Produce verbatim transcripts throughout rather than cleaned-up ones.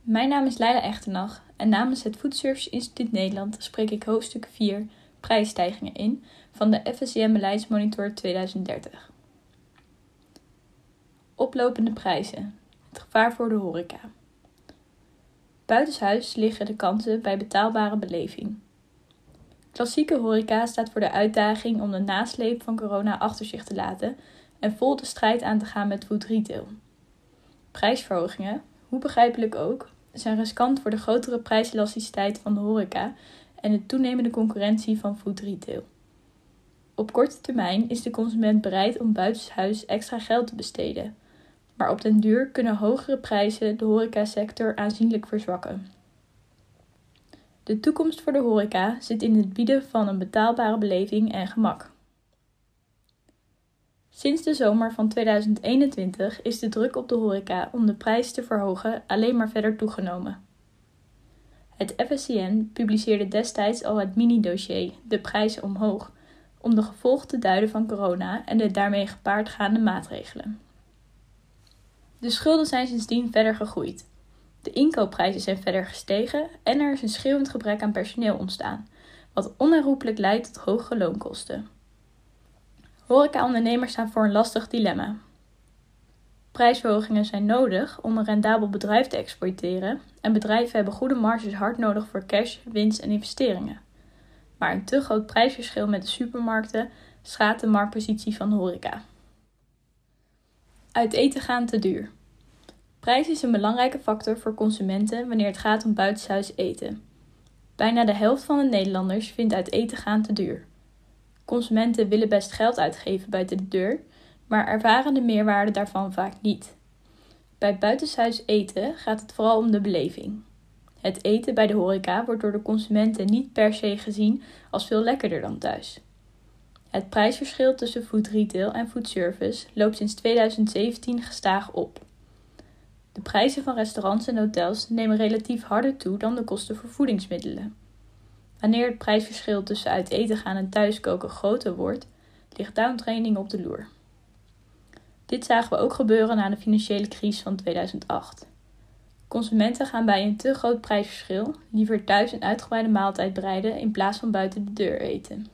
Mijn naam is Leila Echternach en namens het Foodservice Instituut Nederland spreek ik hoofdstuk vier prijsstijgingen in van de F S C M Beleidsmonitor tweeduizend dertig. Oplopende prijzen. Het gevaar voor de horeca. Buitenshuis liggen de kansen bij betaalbare beleving. Klassieke horeca staat voor de uitdaging om de nasleep van corona achter zich te laten en vol de strijd aan te gaan met food retail. Prijsverhogingen, hoe begrijpelijk ook, zijn riskant voor de grotere prijselasticiteit van de horeca en de toenemende concurrentie van food retail. Op korte termijn is de consument bereid om buitenshuis extra geld te besteden, maar op den duur kunnen hogere prijzen de horecasector aanzienlijk verzwakken. De toekomst voor de horeca zit in het bieden van een betaalbare beleving en gemak. Sinds de zomer van tweeduizend eenentwintig is de druk op de horeca om de prijs te verhogen alleen maar verder toegenomen. Het F S C N publiceerde destijds al het mini-dossier De Prijzen Omhoog om de gevolgen te duiden van corona en de daarmee gepaardgaande maatregelen. De schulden zijn sindsdien verder gegroeid. De inkoopprijzen zijn verder gestegen en er is een schreeuwend gebrek aan personeel ontstaan, wat onherroepelijk leidt tot hogere loonkosten. Horecaondernemers staan voor een lastig dilemma. Prijsverhogingen zijn nodig om een rendabel bedrijf te exploiteren en bedrijven hebben goede marges hard nodig voor cash, winst en investeringen. Maar een te groot prijsverschil met de supermarkten schaadt de marktpositie van de horeca. Uit eten gaan te duur. Prijs is een belangrijke factor voor consumenten wanneer het gaat om buitenshuis eten. Bijna de helft van de Nederlanders vindt uit eten gaan te duur. Consumenten willen best geld uitgeven buiten de deur, maar ervaren de meerwaarde daarvan vaak niet. Bij buitenshuis eten gaat het vooral om de beleving. Het eten bij de horeca wordt door de consumenten niet per se gezien als veel lekkerder dan thuis. Het prijsverschil tussen food retail en food service loopt sinds tweeduizend zeventien gestaag op. De prijzen van restaurants en hotels nemen relatief harder toe dan de kosten voor voedingsmiddelen. Wanneer het prijsverschil tussen uit eten gaan en thuiskoken groter wordt, ligt downtrending op de loer. Dit zagen we ook gebeuren na de financiële crisis van tweeduizend acht. Consumenten gaan bij een te groot prijsverschil liever thuis een uitgebreide maaltijd bereiden in plaats van buiten de deur eten.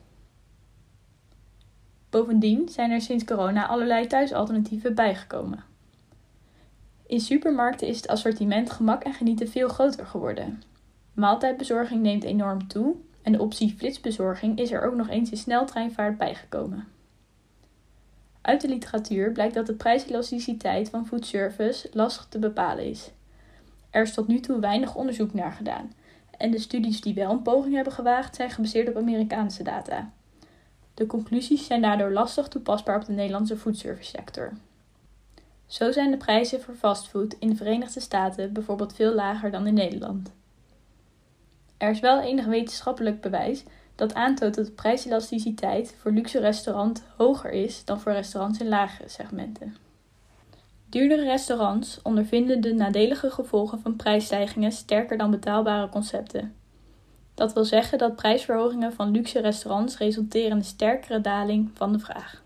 Bovendien zijn er sinds corona allerlei thuisalternatieven bijgekomen. In supermarkten is het assortiment gemak en genieten veel groter geworden. Maaltijdbezorging neemt enorm toe en de optie flitsbezorging is er ook nog eens in sneltreinvaart bijgekomen. Uit de literatuur blijkt dat de prijselasticiteit van foodservice lastig te bepalen is. Er is tot nu toe weinig onderzoek naar gedaan en de studies die wel een poging hebben gewaagd zijn gebaseerd op Amerikaanse data. De conclusies zijn daardoor lastig toepasbaar op de Nederlandse foodservice sector. Zo zijn de prijzen voor fastfood in de Verenigde Staten bijvoorbeeld veel lager dan in Nederland. Er is wel enig wetenschappelijk bewijs dat aantoont dat de prijselasticiteit voor luxe restaurants hoger is dan voor restaurants in lagere segmenten. Duurdere restaurants ondervinden de nadelige gevolgen van prijsstijgingen sterker dan betaalbare concepten. Dat wil zeggen dat prijsverhogingen van luxe restaurants resulteren in een sterkere daling van de vraag.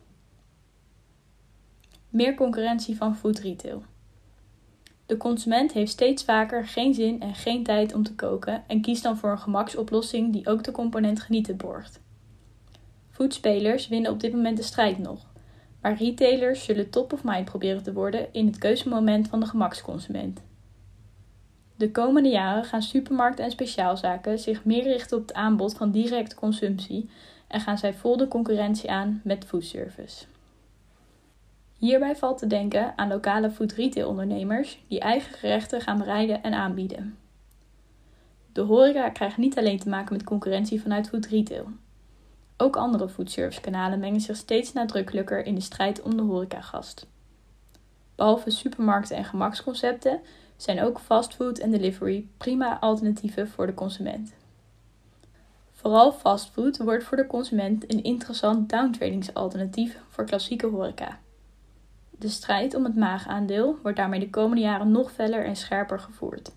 Meer concurrentie van food retail. De consument heeft steeds vaker geen zin en geen tijd om te koken en kiest dan voor een gemaksoplossing die ook de component genieten borgt. Foodspelers winnen op dit moment de strijd nog, maar retailers zullen top of mind proberen te worden in het keuzemoment van de gemaksconsument. De komende jaren gaan supermarkten en speciaalzaken zich meer richten op het aanbod van directe consumptie en gaan zij vol de concurrentie aan met foodservice. Hierbij valt te denken aan lokale food retail ondernemers die eigen gerechten gaan bereiden en aanbieden. De horeca krijgt niet alleen te maken met concurrentie vanuit food retail. Ook andere foodservice kanalen mengen zich steeds nadrukkelijker in de strijd om de horecagast. Behalve supermarkten en gemaksconcepten zijn ook fastfood en delivery prima alternatieven voor de consument. Vooral fastfood wordt voor de consument een interessant downtradingsalternatief voor klassieke horeca. De strijd om het maagaandeel wordt daarmee de komende jaren nog feller en scherper gevoerd.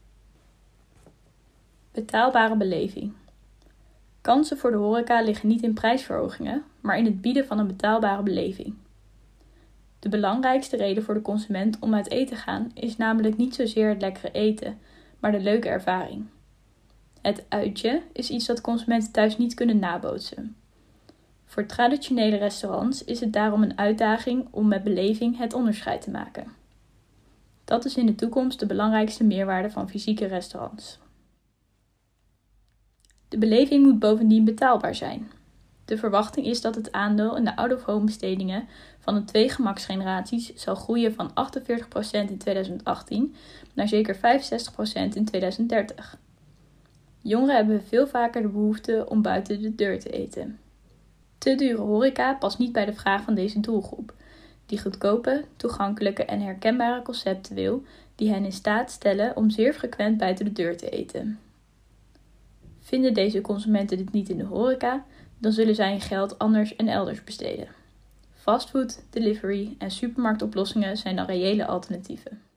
Betaalbare beleving. Kansen voor de horeca liggen niet in prijsverhogingen, maar in het bieden van een betaalbare beleving. De belangrijkste reden voor de consument om uit eten te gaan is namelijk niet zozeer het lekkere eten, maar de leuke ervaring. Het uitje is iets dat consumenten thuis niet kunnen nabootsen. Voor traditionele restaurants is het daarom een uitdaging om met beleving het onderscheid te maken. Dat is in de toekomst de belangrijkste meerwaarde van fysieke restaurants. De beleving moet bovendien betaalbaar zijn. De verwachting is dat het aandeel in de out-of-home bestedingen van de twee gemaksgeneraties zal groeien van achtenveertig procent in tweeduizend achttien naar zeker vijfenzestig procent in tweeduizend dertig. Jongeren hebben veel vaker de behoefte om buiten de deur te eten. Te dure horeca past niet bij de vraag van deze doelgroep, die goedkope, toegankelijke en herkenbare concepten wil die hen in staat stellen om zeer frequent buiten de deur te eten. Vinden deze consumenten dit niet in de horeca, dan zullen zij hun geld anders en elders besteden. Fastfood, delivery en supermarktoplossingen zijn dan reële alternatieven.